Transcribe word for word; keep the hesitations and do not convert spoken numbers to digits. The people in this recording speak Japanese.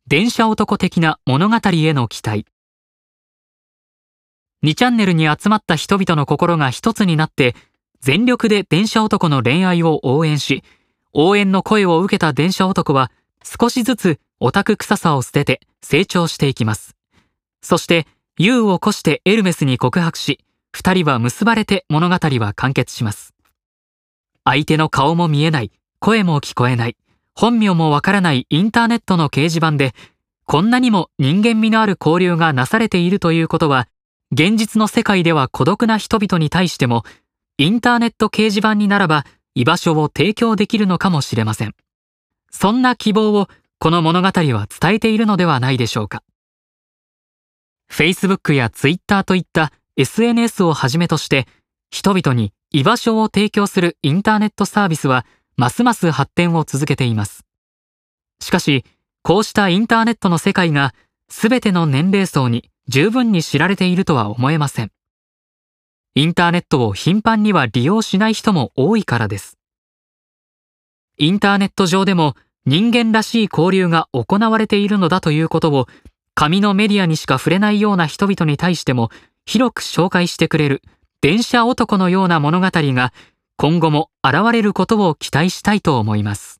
電車男的な物語への期待。にチャンネルに集まった人々の心が一つになって全力で電車男の恋愛を応援し、応援の声を受けた電車男は少しずつオタク臭さを捨てて成長していきます。そしてユウを越してエルメスに告白し、二人は結ばれて物語は完結します。相手の顔も見えない、声も聞こえない、本名もわからないインターネットの掲示板で、こんなにも人間味のある交流がなされているということは、現実の世界では孤独な人々に対しても、インターネット掲示板にならば居場所を提供できるのかもしれません。そんな希望をこの物語は伝えているのではないでしょうか。Facebook や Twitter といった エスエヌエス をはじめとして、人々に居場所を提供するインターネットサービスはますます発展を続けています。しかし、こうしたインターネットの世界が全ての年齢層に十分に知られているとは思えません。インターネットを頻繁には利用しない人も多いからです。インターネット上でも人間らしい交流が行われているのだということを、紙のメディアにしか触れないような人々に対しても広く紹介してくれる電車男のような物語が今後も現れることを期待したいと思います。